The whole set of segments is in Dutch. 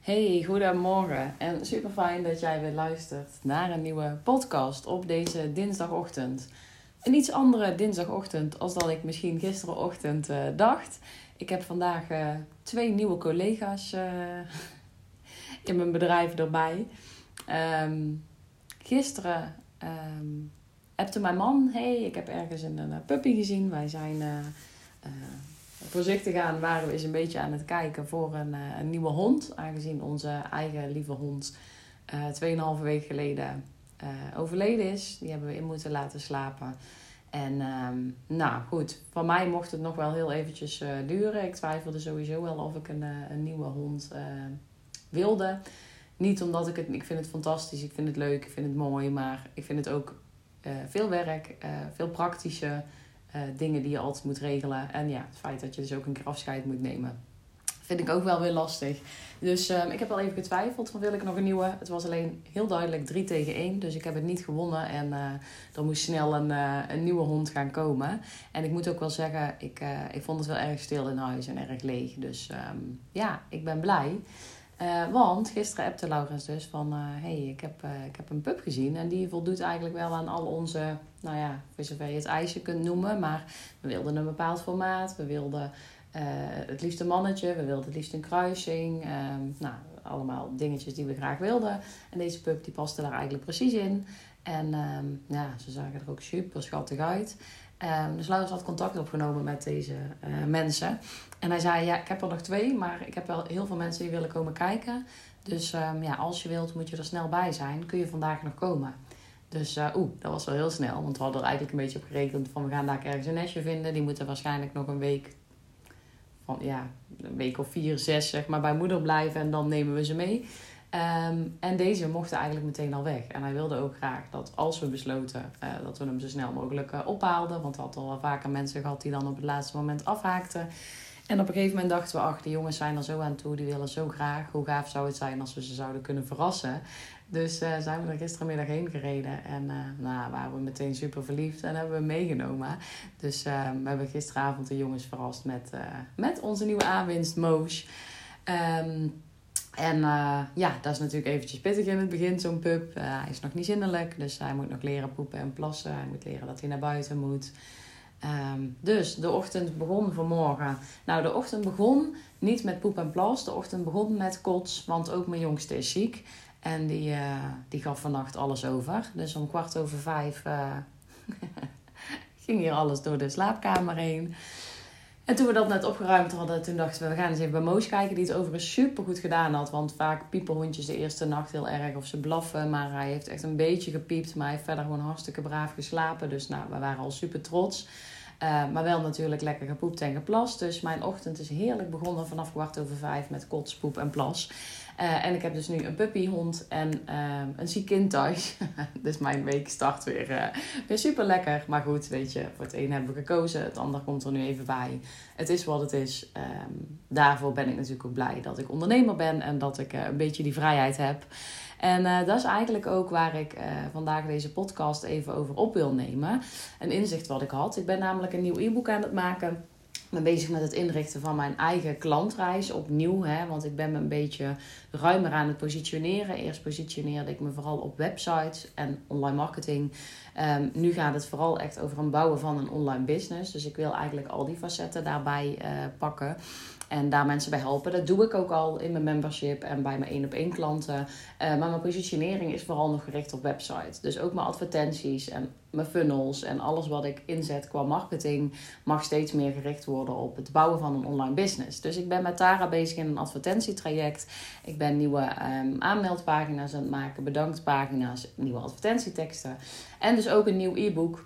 Hey, goedemorgen en super fijn dat jij weer luistert naar een nieuwe podcast op deze dinsdagochtend. Een iets andere dinsdagochtend als dat ik misschien gisterenochtend dacht. Ik heb vandaag 2 nieuwe collega's in mijn bedrijf erbij. Gisteren appte mijn man, hey, ik heb ergens een puppy gezien. Wij zijn voorzichtig aan, waren we eens een beetje aan het kijken voor een nieuwe hond. Aangezien onze eigen lieve hond 2,5 week geleden overleden is. Die hebben we in moeten laten slapen. En nou goed, van mij mocht het nog wel heel eventjes duren. Ik twijfelde sowieso wel of ik een nieuwe hond wilde. Niet omdat ik vind het fantastisch, ik vind het leuk, ik vind het mooi. Maar ik vind het ook veel werk, veel praktische dingen die je altijd moet regelen. En ja, het feit dat je dus ook een keer afscheid moet nemen, vind ik ook wel weer lastig. Dus ik heb wel even getwijfeld van wil ik nog een nieuwe. Het was alleen heel duidelijk 3-1. Dus ik heb het niet gewonnen. En er moest snel een nieuwe hond gaan komen. En ik moet ook wel zeggen, ik vond het wel erg stil in huis en erg leeg. Dus ja, ik ben blij. Want gisteren appte Laurens dus van... hey, ik heb een pup gezien. En die voldoet eigenlijk wel aan al onze... Nou ja, voor zover je het eisen kunt noemen. Maar we wilden een bepaald formaat. We wilden het liefst een mannetje. We wilden het liefst een kruising. Nou, allemaal dingetjes die we graag wilden. En deze pup die paste daar eigenlijk precies in. En ja, ze zagen er ook super schattig uit. Dus Laurens had contact opgenomen met deze mensen. En hij zei, ja, ik heb er nog 2, maar ik heb wel heel veel mensen die willen komen kijken. Dus ja, als je wilt, moet je er snel bij zijn. Kun je vandaag nog komen? Dus dat was wel heel snel. Want we hadden er eigenlijk een beetje op gerekend van, we gaan daar ergens een nestje vinden. Die moeten waarschijnlijk nog een week of 4, 6 zeg maar bij moeder blijven. En dan nemen we ze mee. En deze mochten eigenlijk meteen al weg. En hij wilde ook graag dat als we besloten dat we hem zo snel mogelijk ophaalden. Want we hadden al wel vaker mensen gehad die dan op het laatste moment afhaakten. En op een gegeven moment dachten we, ach, de jongens zijn er zo aan toe. Die willen zo graag. Hoe gaaf zou het zijn als we ze zouden kunnen verrassen. Dus zijn we er gistermiddag heen gereden. En waren we meteen super verliefd en hebben we hem meegenomen. Dus we hebben gisteravond de jongens verrast met onze nieuwe aanwinst Moos. En ja, dat is natuurlijk eventjes pittig in het begin, zo'n pup. Hij is nog niet zinnelijk, dus hij moet nog leren poepen en plassen. Hij moet leren dat hij naar buiten moet. Dus de ochtend begon vanmorgen. Nou, de ochtend begon niet met poep en plas. De ochtend begon met kots, want ook mijn jongste is ziek. En die gaf vannacht alles over. Dus om 5:15 ging hier alles door de slaapkamer heen. En toen we dat net opgeruimd hadden, toen dachten we gaan eens even bij Moos kijken. Die het overigens super goed gedaan had. Want vaak piepen hondjes de eerste nacht heel erg of ze blaffen. Maar hij heeft echt een beetje gepiept. Maar hij heeft verder gewoon hartstikke braaf geslapen. Dus nou, we waren al super trots. Maar wel natuurlijk lekker gepoept en geplast. Dus mijn ochtend is heerlijk begonnen vanaf 5:15 met kots, poep en plas. En ik heb dus nu een puppyhond en een ziek kind thuis. Dus mijn week start weer super lekker. Maar goed, weet je, voor het een hebben we gekozen. Het ander komt er nu even bij. Het is wat het is. Daarvoor ben ik natuurlijk ook blij dat ik ondernemer ben. En dat ik een beetje die vrijheid heb. En dat is eigenlijk ook waar ik vandaag deze podcast even over op wil nemen. Een inzicht wat ik had. Ik ben namelijk een nieuw e-book aan het maken. Ik ben bezig met het inrichten van mijn eigen klantreis opnieuw. Want ik ben me een beetje ruimer aan het positioneren. Eerst positioneerde ik me vooral op websites en online marketing. Nu gaat het vooral echt over het bouwen van een online business. Dus ik wil eigenlijk al die facetten daarbij pakken. En daar mensen bij helpen. Dat doe ik ook al in mijn membership en bij mijn 1-op-1 klanten. Maar mijn positionering is vooral nog gericht op websites. Dus ook mijn advertenties en mijn funnels en alles wat ik inzet qua marketing mag steeds meer gericht worden op het bouwen van een online business. Dus ik ben met Tara bezig in een advertentietraject. Ik ben nieuwe aanmeldpagina's aan het maken, bedanktpagina's, nieuwe advertentieteksten. En dus ook een nieuw e-book.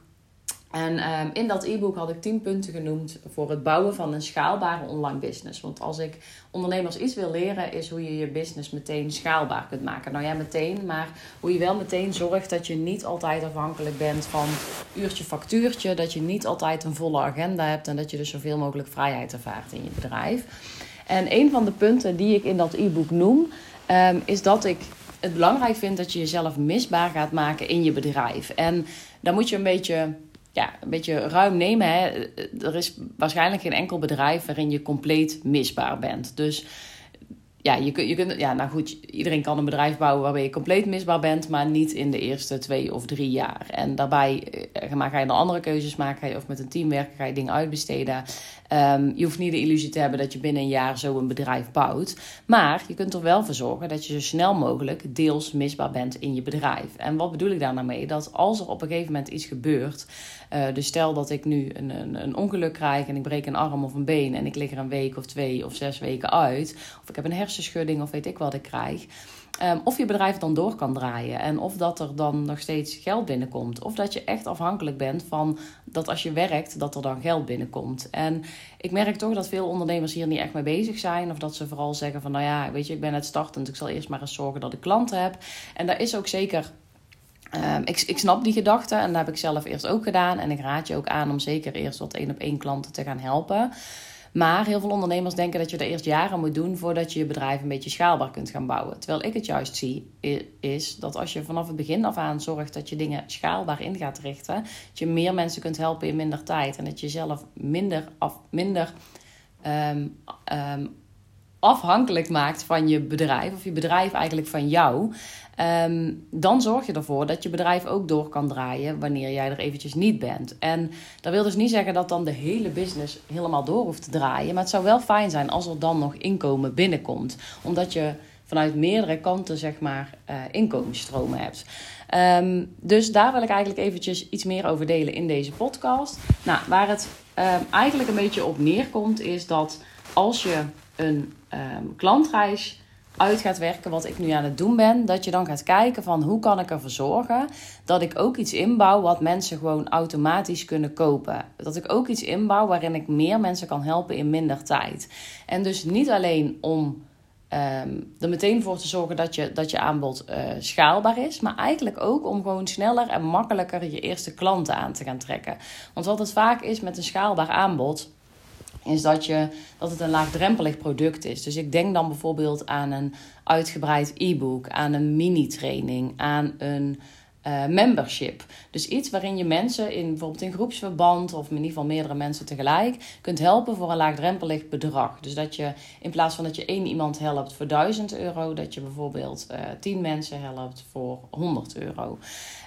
En in dat e-book had ik 10 punten genoemd voor het bouwen van een schaalbare online business. Want als ik ondernemers iets wil leren, is hoe je je business meteen schaalbaar kunt maken. Nou ja, meteen, maar hoe je wel meteen zorgt dat je niet altijd afhankelijk bent van uurtje factuurtje. Dat je niet altijd een volle agenda hebt en dat je dus zoveel mogelijk vrijheid ervaart in je bedrijf. En een van de punten die ik in dat e-book noem, is dat ik het belangrijk vind dat je jezelf misbaar gaat maken in je bedrijf. En dan moet je een beetje ruim nemen. Hè. Er is waarschijnlijk geen enkel bedrijf waarin je compleet misbaar bent. Dus iedereen kan een bedrijf bouwen waarbij je compleet misbaar bent, maar niet in de eerste 2 of 3 jaar. En daarbij ga je dan andere keuzes maken, ga je of met een team werken, ga je dingen uitbesteden. Je hoeft niet de illusie te hebben dat je binnen een jaar zo een bedrijf bouwt. Maar je kunt er wel voor zorgen dat je zo snel mogelijk deels misbaar bent in je bedrijf. En wat bedoel ik daar nou mee? Dat als er op een gegeven moment iets gebeurt, dus stel dat ik nu een ongeluk krijg en ik breek een arm of een been en ik lig er een week of 2 of 6 weken uit, of ik heb een hersenschudding of weet ik wat ik krijg, of je bedrijf dan door kan draaien en of dat er dan nog steeds geld binnenkomt, of dat je echt afhankelijk bent van dat als je werkt dat er dan geld binnenkomt. En ik merk toch dat veel ondernemers hier niet echt mee bezig zijn, of dat ze vooral zeggen van weet je, ik ben net startend, ik zal eerst maar eens zorgen dat ik klanten heb. En daar is ook zeker. Ik snap die gedachte en dat heb ik zelf eerst ook gedaan. En ik raad je ook aan om zeker eerst wat 1-op-1 klanten te gaan helpen. Maar heel veel ondernemers denken dat je er eerst jaren moet doen voordat je je bedrijf een beetje schaalbaar kunt gaan bouwen. Terwijl ik het juist zie, is dat als je vanaf het begin af aan zorgt dat je dingen schaalbaar in gaat richten, dat je meer mensen kunt helpen in minder tijd en dat je zelf minder afhankelijk maakt van je bedrijf, of je bedrijf eigenlijk van jou, dan zorg je ervoor dat je bedrijf ook door kan draaien wanneer jij er eventjes niet bent. En dat wil dus niet zeggen dat dan de hele business helemaal door hoeft te draaien, maar het zou wel fijn zijn als er dan nog inkomen binnenkomt, omdat je vanuit meerdere kanten inkomensstromen hebt. Dus daar wil ik eigenlijk eventjes iets meer over delen in deze podcast. Nou, waar het eigenlijk een beetje op neerkomt is dat als je een klantreis uit gaat werken, wat ik nu aan het doen ben, dat je dan gaat kijken van hoe kan ik ervoor zorgen dat ik ook iets inbouw wat mensen gewoon automatisch kunnen kopen. Dat ik ook iets inbouw waarin ik meer mensen kan helpen in minder tijd. En dus niet alleen om er meteen voor te zorgen dat je aanbod schaalbaar is, maar eigenlijk ook om gewoon sneller en makkelijker je eerste klanten aan te gaan trekken. Want wat het vaak is met een schaalbaar aanbod, is dat het een laagdrempelig product is. Dus ik denk dan bijvoorbeeld aan een uitgebreid e-book, aan een mini-training, aan een membership. Dus iets waarin je mensen bijvoorbeeld in groepsverband of in ieder geval meerdere mensen tegelijk kunt helpen voor een laagdrempelig bedrag. Dus dat je in plaats van dat je 1 iemand helpt voor €1000, dat je bijvoorbeeld 10 mensen helpt voor €100.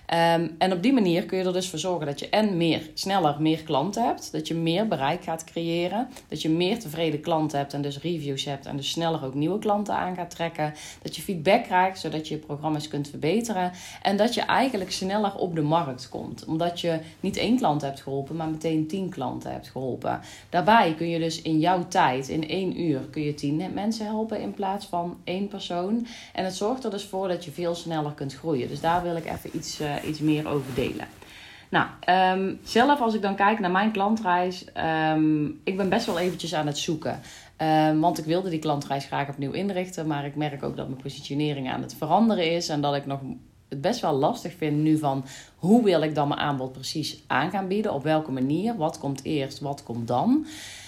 En op die manier kun je er dus voor zorgen dat je sneller meer klanten hebt. Dat je meer bereik gaat creëren. Dat je meer tevreden klanten hebt en dus reviews hebt. En dus sneller ook nieuwe klanten aan gaat trekken. Dat je feedback krijgt, zodat je je programma's kunt verbeteren. En dat je eigenlijk sneller op de markt komt. Omdat je niet 1 klant hebt geholpen, maar meteen 10 klanten hebt geholpen. Daarbij kun je dus in jouw tijd, in 1 uur, kun je 10 mensen helpen in plaats van 1 persoon. En het zorgt er dus voor dat je veel sneller kunt groeien. Dus daar wil ik even iets meer over delen. Nou, zelf als ik dan kijk naar mijn klantreis, ik ben best wel eventjes aan het zoeken. Want ik wilde die klantreis graag opnieuw inrichten, maar ik merk ook dat mijn positionering aan het veranderen is en dat ik nog het best wel lastig vind nu van hoe wil ik dan mijn aanbod precies aan gaan bieden, op welke manier, wat komt eerst, wat komt dan.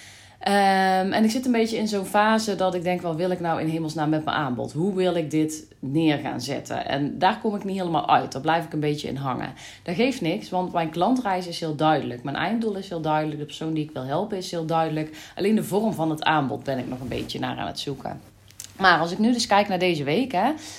En ik zit een beetje in zo'n fase dat ik denk, wat wil ik nou in hemelsnaam met mijn aanbod? Hoe wil ik dit neer gaan zetten? En daar kom ik niet helemaal uit. Daar blijf ik een beetje in hangen. Dat geeft niks, want mijn klantreis is heel duidelijk. Mijn einddoel is heel duidelijk. De persoon die ik wil helpen is heel duidelijk. Alleen de vorm van het aanbod ben ik nog een beetje naar aan het zoeken. Maar als ik nu dus kijk naar deze week,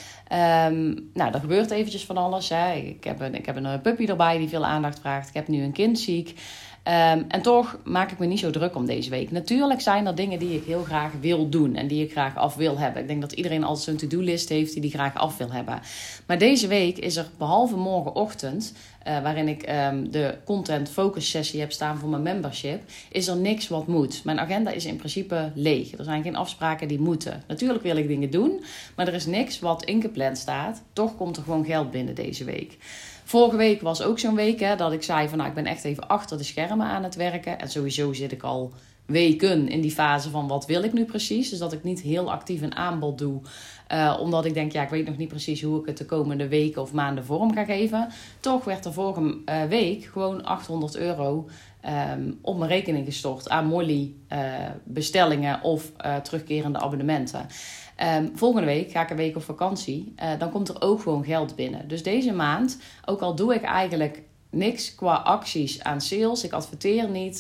er gebeurt eventjes van alles. Hè. Ik heb een puppy erbij die veel aandacht vraagt. Ik heb nu een kind ziek. En toch maak ik me niet zo druk om deze week. Natuurlijk zijn er dingen die ik heel graag wil doen en die ik graag af wil hebben. Ik denk dat iedereen altijd zo'n to-do-list heeft die graag af wil hebben. Maar deze week is er, behalve morgenochtend, waarin ik de content focus sessie heb staan voor mijn membership, is er niks wat moet. Mijn agenda is in principe leeg. Er zijn geen afspraken die moeten. Natuurlijk wil ik dingen doen, maar er is niks wat ingepland staat. Toch komt er gewoon geld binnen deze week. Vorige week was ook zo'n week dat ik zei van ik ben echt even achter de schermen aan het werken. En sowieso zit ik al weken in die fase van wat wil ik nu precies. Dus dat ik niet heel actief een aanbod doe. Omdat ik denk, ik weet nog niet precies hoe ik het de komende weken of maanden vorm ga geven. Toch werd er vorige week gewoon €800 op mijn rekening gestort aan Molly bestellingen of terugkerende abonnementen. Volgende week ga ik een week op vakantie. Dan komt er ook gewoon geld binnen. Dus deze maand, ook al doe ik eigenlijk niks qua acties aan sales. Ik adverteer niet.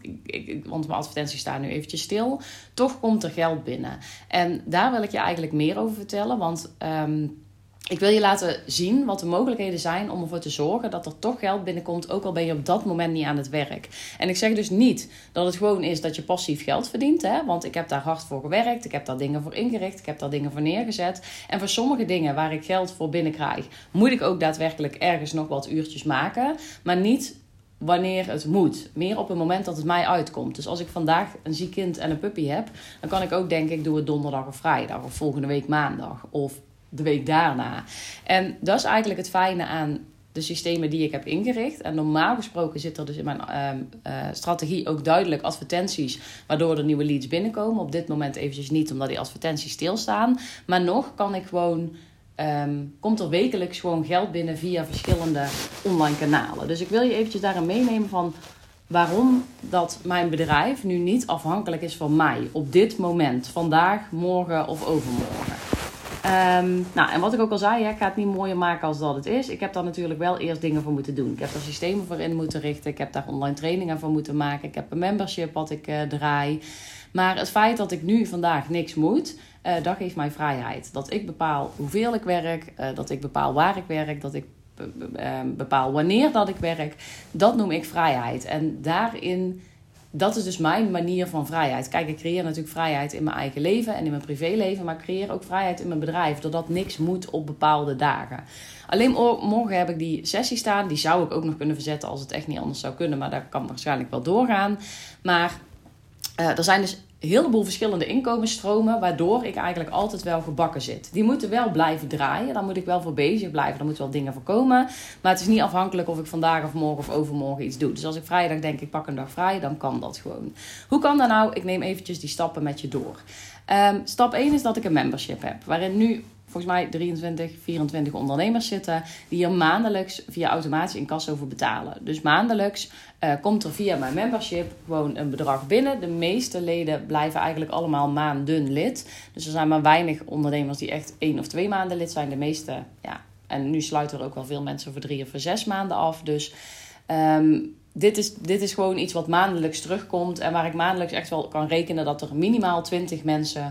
want mijn advertenties staan nu eventjes stil. Toch komt er geld binnen. En daar wil ik je eigenlijk meer over vertellen. Want ik wil je laten zien wat de mogelijkheden zijn om ervoor te zorgen dat er toch geld binnenkomt, ook al ben je op dat moment niet aan het werk. En ik zeg dus niet dat het gewoon is dat je passief geld verdient, hè? Want ik heb daar hard voor gewerkt, ik heb daar dingen voor ingericht, ik heb daar dingen voor neergezet. En voor sommige dingen waar ik geld voor binnenkrijg, moet ik ook daadwerkelijk ergens nog wat uurtjes maken, maar niet wanneer het moet. Meer op het moment dat het mij uitkomt. Dus als ik vandaag een ziek kind en een puppy heb, dan kan ik ook denken, ik doe het donderdag of vrijdag of volgende week maandag of de week daarna. En dat is eigenlijk het fijne aan de systemen die ik heb ingericht. En normaal gesproken zit er dus in mijn strategie ook duidelijk advertenties, waardoor er nieuwe leads binnenkomen. Op dit moment eventjes niet, omdat die advertenties stilstaan. Maar nog kan ik gewoon komt er wekelijks gewoon geld binnen via verschillende online kanalen. Dus ik wil je eventjes daarin meenemen van waarom dat mijn bedrijf nu niet afhankelijk is van mij op dit moment. Vandaag, morgen of overmorgen. En wat ik ook al zei, ik ga het niet mooier maken als dat het is. Ik heb daar natuurlijk wel eerst dingen voor moeten doen. Ik heb daar systemen voor in moeten richten. Ik heb daar online trainingen voor moeten maken. Ik heb een membership wat ik draai. Maar het feit dat ik nu vandaag niks moet, dat geeft mij vrijheid. Dat ik bepaal hoeveel ik werk, dat ik bepaal waar ik werk, dat ik bepaal wanneer dat ik werk. Dat noem ik vrijheid. En daarin, dat is dus mijn manier van vrijheid. Kijk, ik creëer natuurlijk vrijheid in mijn eigen leven en in mijn privéleven, maar ik creëer ook vrijheid in mijn bedrijf, doordat niks moet op bepaalde dagen. Alleen morgen heb ik die sessie staan. Die zou ik ook nog kunnen verzetten als het echt niet anders zou kunnen, maar daar kan waarschijnlijk wel doorgaan. Maar er zijn dus een heleboel verschillende inkomensstromen, waardoor ik eigenlijk altijd wel gebakken zit. Die moeten wel blijven draaien, daar moet ik wel voor bezig blijven, daar moeten wel dingen voor komen. Maar het is niet afhankelijk of ik vandaag of morgen of overmorgen iets doe. Dus als ik vrijdag denk ik pak een dag vrij, dan kan dat gewoon. Hoe kan dat nou? Ik neem eventjes die stappen met je door. Stap 1 is dat ik een membership heb, waarin nu volgens mij 23, 24 ondernemers zitten die er maandelijks via automatisch incasso voor betalen. Dus maandelijks komt er via mijn membership gewoon een bedrag binnen. De meeste leden blijven eigenlijk allemaal maanden lid. Dus er zijn maar weinig ondernemers die echt 1 of 2 maanden lid zijn. De meeste, ja. En nu sluiten er ook wel veel mensen voor 3 of voor 6 maanden af. Dus dit is gewoon iets wat maandelijks terugkomt. En waar ik maandelijks echt wel kan rekenen dat er minimaal 20 mensen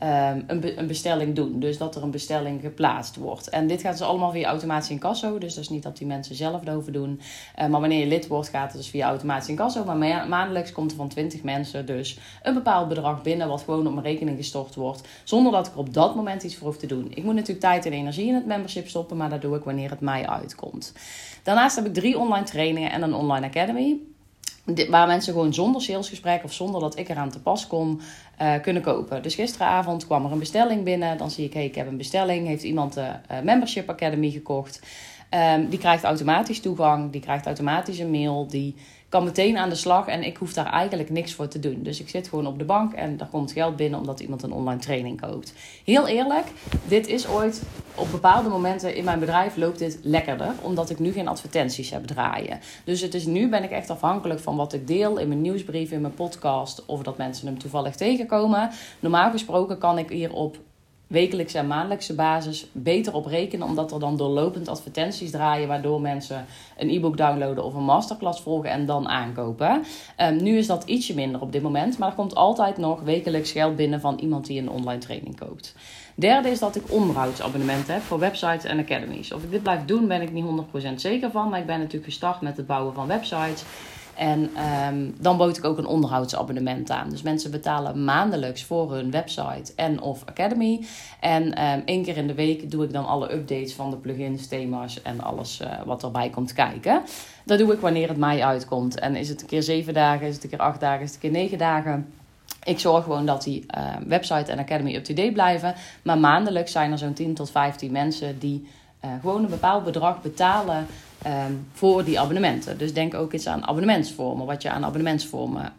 een bestelling doen. Dus dat er een bestelling geplaatst wordt. En dit gaat dus allemaal via automatisch incasso. Dus dat is niet dat die mensen zelf dat hoeven doen. Maar wanneer je lid wordt, gaat het dus via automatisch incasso. Maar maandelijks komt er van 20 mensen dus een bepaald bedrag binnen, wat gewoon op mijn rekening gestort wordt, zonder dat ik er op dat moment iets voor hoef te doen. Ik moet natuurlijk tijd en energie in het membership stoppen, maar dat doe ik wanneer het mij uitkomt. Daarnaast heb ik 3 online trainingen en een online academy, waar mensen gewoon zonder salesgesprek of zonder dat ik eraan te pas kom, kunnen kopen. Dus gisteravond kwam er een bestelling binnen. Dan zie ik, ik heb een bestelling. Heeft iemand de Membership Academy gekocht. Die krijgt automatisch toegang. Die krijgt automatisch een mail. Die kan meteen aan de slag. En ik hoef daar eigenlijk niks voor te doen. Dus ik zit gewoon op de bank en daar komt geld binnen omdat iemand een online training koopt. Heel eerlijk, dit is ooit op bepaalde momenten in mijn bedrijf loopt dit lekkerder. Omdat ik nu geen advertenties heb draaien. Dus nu ben ik echt afhankelijk van wat ik deel in mijn nieuwsbrief, in mijn podcast. Of dat mensen hem toevallig tegenkomen. Normaal gesproken kan ik hier op wekelijkse en maandelijkse basis beter op rekenen, omdat er dan doorlopend advertenties draaien, waardoor mensen een e-book downloaden of een masterclass volgen en dan aankopen. Nu is dat ietsje minder op dit moment, maar er komt altijd nog wekelijks geld binnen van iemand die een online training koopt. Derde is dat ik onderhoudsabonnementen heb voor websites en academies. Of ik dit blijf doen, ben ik niet 100% zeker van, maar ik ben natuurlijk gestart met het bouwen van websites. En dan bood ik ook een onderhoudsabonnement aan. Dus mensen betalen maandelijks voor hun website en of academy. En 1 keer in de week doe ik dan alle updates van de plugins, thema's en alles wat erbij komt kijken. Dat doe ik wanneer het mij uitkomt. En is het een keer 7 dagen, is het een keer 8 dagen, is het een keer 9 dagen. Ik zorg gewoon dat die website en academy up-to-date blijven. Maar maandelijks zijn er zo'n 10 tot 15 mensen die gewoon een bepaald bedrag betalen voor die abonnementen. Dus denk ook eens aan abonnementsvormen. Wat je aan abonnementsvormen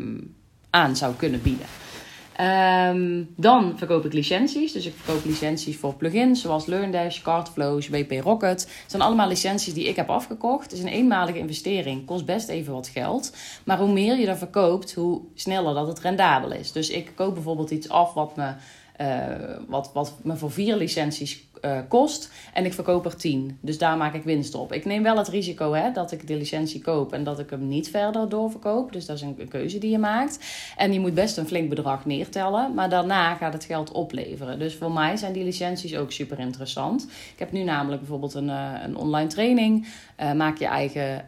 aan zou kunnen bieden. Dan verkoop ik licenties. Dus ik verkoop licenties voor plugins zoals LearnDash, Cardflows, WP Rocket. Het zijn allemaal licenties die ik heb afgekocht. Het is een eenmalige investering. Kost best even wat geld. Maar hoe meer je er verkoopt, hoe sneller dat het rendabel is. Dus ik koop bijvoorbeeld iets af wat me voor 4 licenties kost en ik verkoop er 10. Dus daar maak ik winst op. Ik neem wel het risico dat ik de licentie koop en dat ik hem niet verder doorverkoop. Dus dat is een keuze die je maakt. En je moet best een flink bedrag neertellen, maar daarna gaat het geld opleveren. Dus voor mij zijn die licenties ook super interessant. Ik heb nu namelijk bijvoorbeeld een online training. Maak je eigen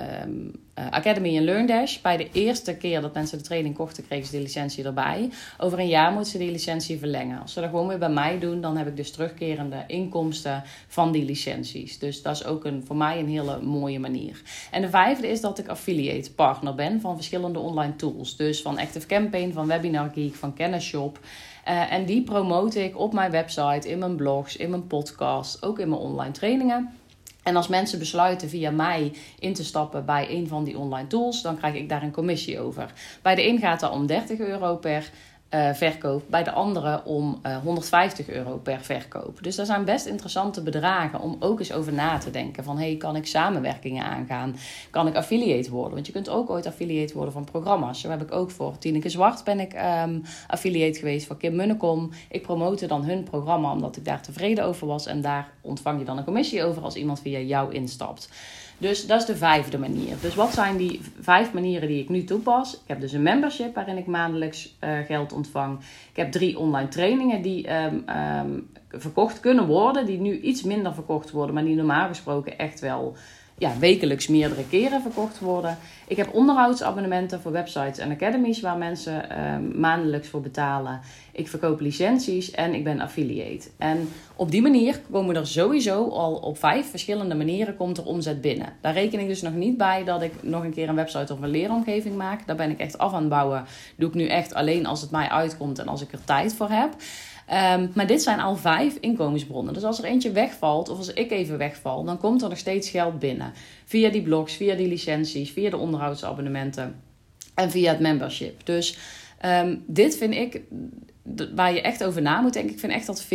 Academy in LearnDash. Bij de eerste keer dat mensen de training kochten, kregen ze de licentie erbij. Over een jaar moeten ze die licentie verlengen. Als ze dat gewoon weer bij mij doen, dan heb ik dus terugkerende inkomsten van die licenties. Dus dat is ook voor mij een hele mooie manier. En de vijfde is dat ik affiliate partner ben van verschillende online tools. Dus van ActiveCampaign, van Webinar Geek, van Kennisshop. En die promote ik op mijn website, in mijn blogs, in mijn podcast, ook in mijn online trainingen. En als mensen besluiten via mij in te stappen bij een van die online tools, dan krijg ik daar een commissie over. Bij de een gaat dat om €30 per verkoop, bij de andere om €150 per verkoop. Dus dat zijn best interessante bedragen om ook eens over na te denken. Van kan ik samenwerkingen aangaan? Kan ik affiliate worden? Want je kunt ook ooit affiliate worden van programma's. Zo heb ik ook voor Tineke Zwart ben ik affiliate geweest, voor Kim Munnekom. Ik promote dan hun programma omdat ik daar tevreden over was. En daar ontvang je dan een commissie over als iemand via jou instapt. Dus dat is de vijfde manier. Dus wat zijn die 5 manieren die ik nu toepas? Ik heb dus een membership waarin ik maandelijks geld ontvang. Ik heb 3 online trainingen die verkocht kunnen worden. Die nu iets minder verkocht worden, maar die normaal gesproken echt wel wekelijks meerdere keren verkocht worden. Ik heb onderhoudsabonnementen voor websites en academies waar mensen maandelijks voor betalen. Ik verkoop licenties en ik ben affiliate. En op die manier komen er sowieso al op 5 verschillende manieren komt er omzet binnen. Daar reken ik dus nog niet bij dat ik nog een keer een website of een leeromgeving maak. Daar ben ik echt af aan het bouwen. Doe ik nu echt alleen als het mij uitkomt en als ik er tijd voor heb. Maar dit zijn al 5 inkomensbronnen. Dus als er eentje wegvalt of als ik even wegval, dan komt er nog steeds geld binnen. Via die blogs, via die licenties, via de onderhoudsabonnementen en via het membership. Dus dit vind ik, waar je echt over na moet denken. Ik vind echt dat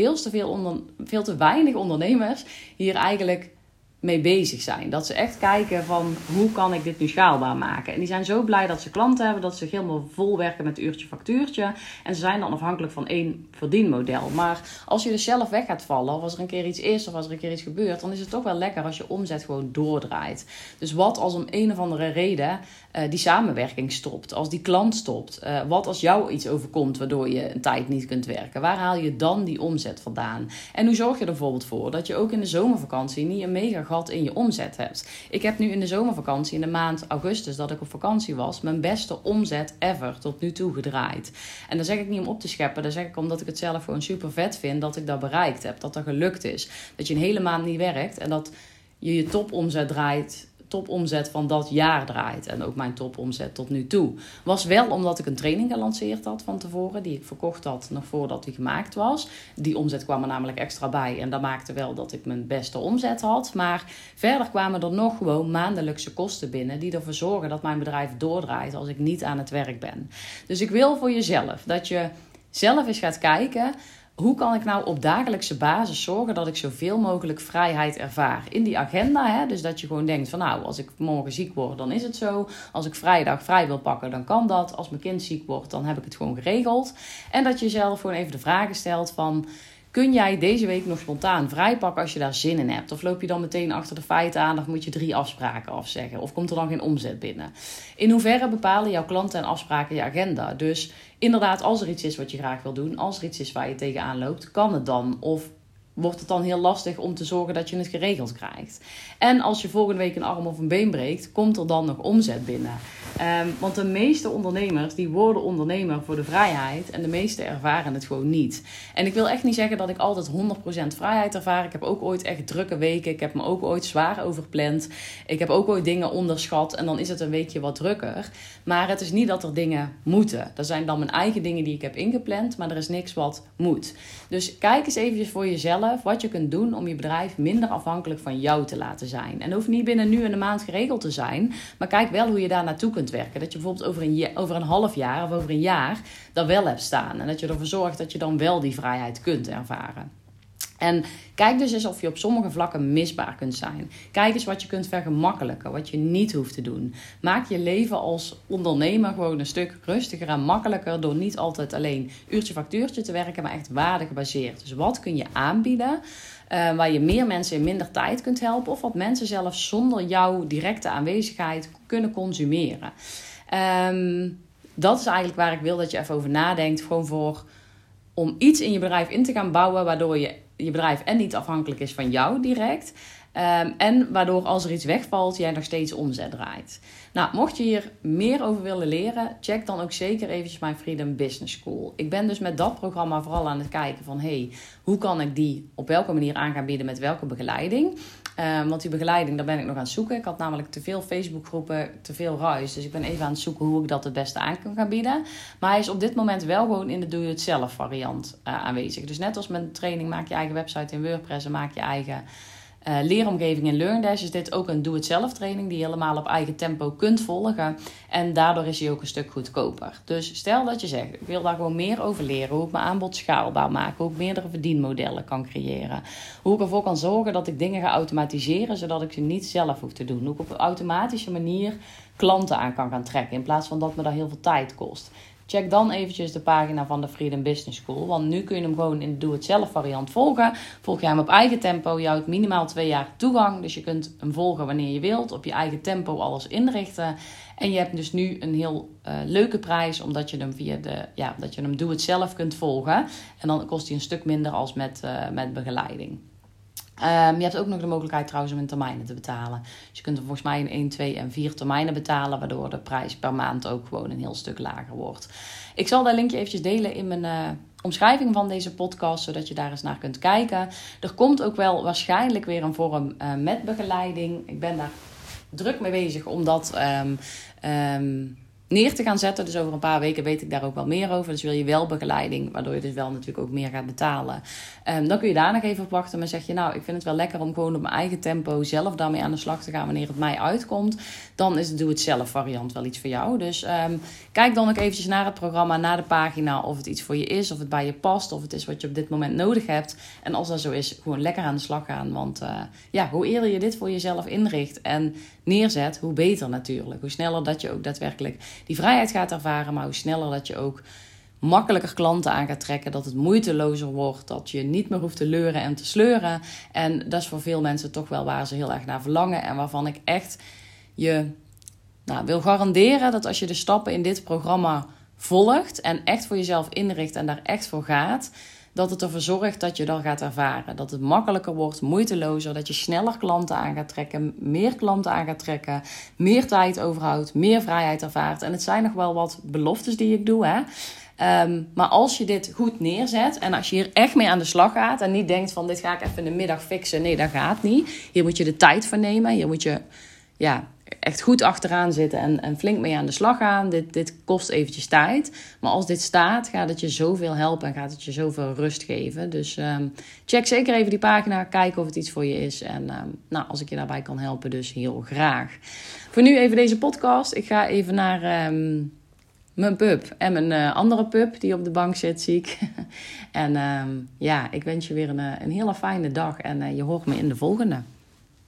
veel te weinig ondernemers hier eigenlijk mee bezig zijn. Dat ze echt kijken van hoe kan ik dit nu schaalbaar maken. En die zijn zo blij dat ze klanten hebben, dat ze helemaal vol werken met uurtje factuurtje. En ze zijn dan afhankelijk van 1 verdienmodel. Maar als je dus zelf weg gaat vallen, of als er een keer iets is, of als er een keer iets gebeurt, dan is het toch wel lekker als je omzet gewoon doordraait. Dus wat als om een of andere reden die samenwerking stopt, als die klant stopt, wat als jou iets overkomt waardoor je een tijd niet kunt werken, waar haal je dan die omzet vandaan? En hoe zorg je er bijvoorbeeld voor dat je ook in de zomervakantie niet een mega gat in je omzet hebt? Ik heb nu in de zomervakantie, in de maand augustus dat ik op vakantie was, mijn beste omzet ever tot nu toe gedraaid. En dan zeg ik niet om op te scheppen, dan zeg ik omdat ik het zelf gewoon super vet vind dat ik dat bereikt heb, dat dat gelukt is. Dat je een hele maand niet werkt en dat je topomzet draait, topomzet van dat jaar draait. En ook mijn topomzet tot nu toe. Was wel omdat ik een training gelanceerd had van tevoren, die ik verkocht had nog voordat die gemaakt was. Die omzet kwam er namelijk extra bij en dat maakte wel dat ik mijn beste omzet had. Maar verder kwamen er nog gewoon maandelijkse kosten binnen die ervoor zorgen dat mijn bedrijf doordraait als ik niet aan het werk ben. Dus ik wil voor jezelf dat je zelf eens gaat kijken, hoe kan ik nou op dagelijkse basis zorgen dat ik zoveel mogelijk vrijheid ervaar in die agenda? Dus dat je gewoon denkt van nou, als ik morgen ziek word, dan is het zo. Als ik vrijdag vrij wil pakken, dan kan dat. Als mijn kind ziek wordt, dan heb ik het gewoon geregeld. En dat je jezelf gewoon even de vragen stelt van, kun jij deze week nog spontaan vrijpakken als je daar zin in hebt? Of loop je dan meteen achter de feiten aan of moet je 3 afspraken afzeggen? Of komt er dan geen omzet binnen? In hoeverre bepalen jouw klanten en afspraken je agenda? Dus inderdaad, als er iets is wat je graag wil doen, als er iets is waar je tegenaan loopt, kan het dan? Of wordt het dan heel lastig om te zorgen dat je het geregeld krijgt? En als je volgende week een arm of een been breekt, komt er dan nog omzet binnen? Want de meeste ondernemers, die worden ondernemer voor de vrijheid en de meeste ervaren het gewoon niet. En ik wil echt niet zeggen dat ik altijd 100% vrijheid ervaar. Ik heb ook ooit echt drukke weken. Ik heb me ook ooit zwaar overpland. Ik heb ook ooit dingen onderschat en dan is het een weekje wat drukker. Maar het is niet dat er dingen moeten. Dat zijn dan mijn eigen dingen die ik heb ingepland, maar er is niks wat moet. Dus kijk eens even voor jezelf wat je kunt doen om je bedrijf minder afhankelijk van jou te laten zijn. En dat hoeft niet binnen nu en een maand geregeld te zijn, maar kijk wel hoe je daar naartoe kunt werken. Dat je bijvoorbeeld over een half jaar of over een jaar dat wel hebt staan. En dat je ervoor zorgt dat je dan wel die vrijheid kunt ervaren. En kijk dus eens of je op sommige vlakken misbaar kunt zijn. Kijk eens wat je kunt vergemakkelijken, wat je niet hoeft te doen. Maak je leven als ondernemer gewoon een stuk rustiger en makkelijker door niet altijd alleen uurtje factuurtje te werken, maar echt waardegebaseerd. Dus wat kun je aanbieden waar je meer mensen in minder tijd kunt helpen of wat mensen zelf zonder jouw directe aanwezigheid kunnen consumeren. Dat is eigenlijk waar ik wil dat je even over nadenkt. Gewoon om iets in je bedrijf in te gaan bouwen waardoor je bedrijf en niet afhankelijk is van jou direct. En waardoor als er iets wegvalt, jij nog steeds omzet draait. Nou, mocht je hier meer over willen leren, check dan ook zeker eventjes mijn Freedom Business School. Ik ben dus met dat programma vooral aan het kijken van, hoe kan ik die op welke manier aan gaan bieden met welke begeleiding? Want die begeleiding, daar ben ik nog aan het zoeken. Ik had namelijk te veel Facebookgroepen, te veel ruis. Dus ik ben even aan het zoeken hoe ik dat het beste aan kan gaan bieden. Maar hij is op dit moment wel gewoon in de doe-het-zelf variant aanwezig. Dus net als met een training, maak je eigen website in WordPress en maak je eigen leeromgeving in LearnDash, is dit ook een doe-het-zelf training die je helemaal op eigen tempo kunt volgen. En daardoor is hij ook een stuk goedkoper. Dus stel dat je zegt, ik wil daar gewoon meer over leren. Hoe ik mijn aanbod schaalbaar maak. Hoe ik meerdere verdienmodellen kan creëren. Hoe ik ervoor kan zorgen dat ik dingen ga automatiseren, zodat ik ze niet zelf hoef te doen. Hoe ik op een automatische manier klanten aan kan gaan trekken, in plaats van dat me dat heel veel tijd kost. Check dan eventjes de pagina van de Freedom Business School. Want nu kun je hem gewoon in de doe-het-zelf variant volgen. Volg je hem op eigen tempo. Je houdt minimaal 2 jaar toegang. Dus je kunt hem volgen wanneer je wilt. Op je eigen tempo alles inrichten. En je hebt dus nu een heel leuke prijs. Omdat je hem dat je hem doe-het-zelf kunt volgen. En dan kost hij een stuk minder als met begeleiding. Je hebt ook nog de mogelijkheid trouwens om in termijnen te betalen. Dus je kunt er volgens mij in 1, 2 en 4 termijnen betalen. Waardoor de prijs per maand ook gewoon een heel stuk lager wordt. Ik zal dat linkje eventjes delen in mijn omschrijving van deze podcast. Zodat je daar eens naar kunt kijken. Er komt ook wel waarschijnlijk weer een vorm met begeleiding. Ik ben daar druk mee bezig om dat neer te gaan zetten. Dus over een paar weken weet ik daar ook wel meer over. Dus wil je wel begeleiding, waardoor je dus wel natuurlijk ook meer gaat betalen. Dan kun je daar nog even op wachten. Maar zeg je, nou, ik vind het wel lekker om gewoon op mijn eigen tempo zelf daarmee aan de slag te gaan wanneer het mij uitkomt. Dan is de doe-het-zelf variant wel iets voor jou. Dus kijk dan ook eventjes naar het programma, naar de pagina, of het iets voor je is, of het bij je past, of het is wat je op dit moment nodig hebt. En als dat zo is, gewoon lekker aan de slag gaan. Want hoe eerder je dit voor jezelf inricht en neerzet, hoe beter natuurlijk. Hoe sneller dat je ook daadwerkelijk die vrijheid gaat ervaren, maar hoe sneller dat je ook makkelijker klanten aan gaat trekken, dat het moeitelozer wordt, dat je niet meer hoeft te leuren en te sleuren. En dat is voor veel mensen toch wel waar ze heel erg naar verlangen en waarvan ik echt je wil garanderen dat als je de stappen in dit programma volgt en echt voor jezelf inricht en daar echt voor gaat, dat het ervoor zorgt dat je dat gaat ervaren. Dat het makkelijker wordt, moeitelozer, dat je sneller klanten aan gaat trekken, meer klanten aan gaat trekken, meer tijd overhoudt, meer vrijheid ervaart. En het zijn nog wel wat beloftes die ik doe, hè. Maar als je dit goed neerzet en als je hier echt mee aan de slag gaat en niet denkt van dit ga ik even in de middag fixen. Nee, dat gaat niet. Hier moet je de tijd voor nemen. Hier moet je echt goed achteraan zitten en flink mee aan de slag gaan. Dit kost eventjes tijd. Maar als dit staat, gaat het je zoveel helpen en gaat het je zoveel rust geven. Dus check zeker even die pagina. Kijk of het iets voor je is. En als ik je daarbij kan helpen, dus heel graag. Voor nu even deze podcast. Ik ga even naar mijn pup en mijn andere pup die op de bank zit, zie ik. En ik wens je weer een hele fijne dag. En je hoort me in de volgende.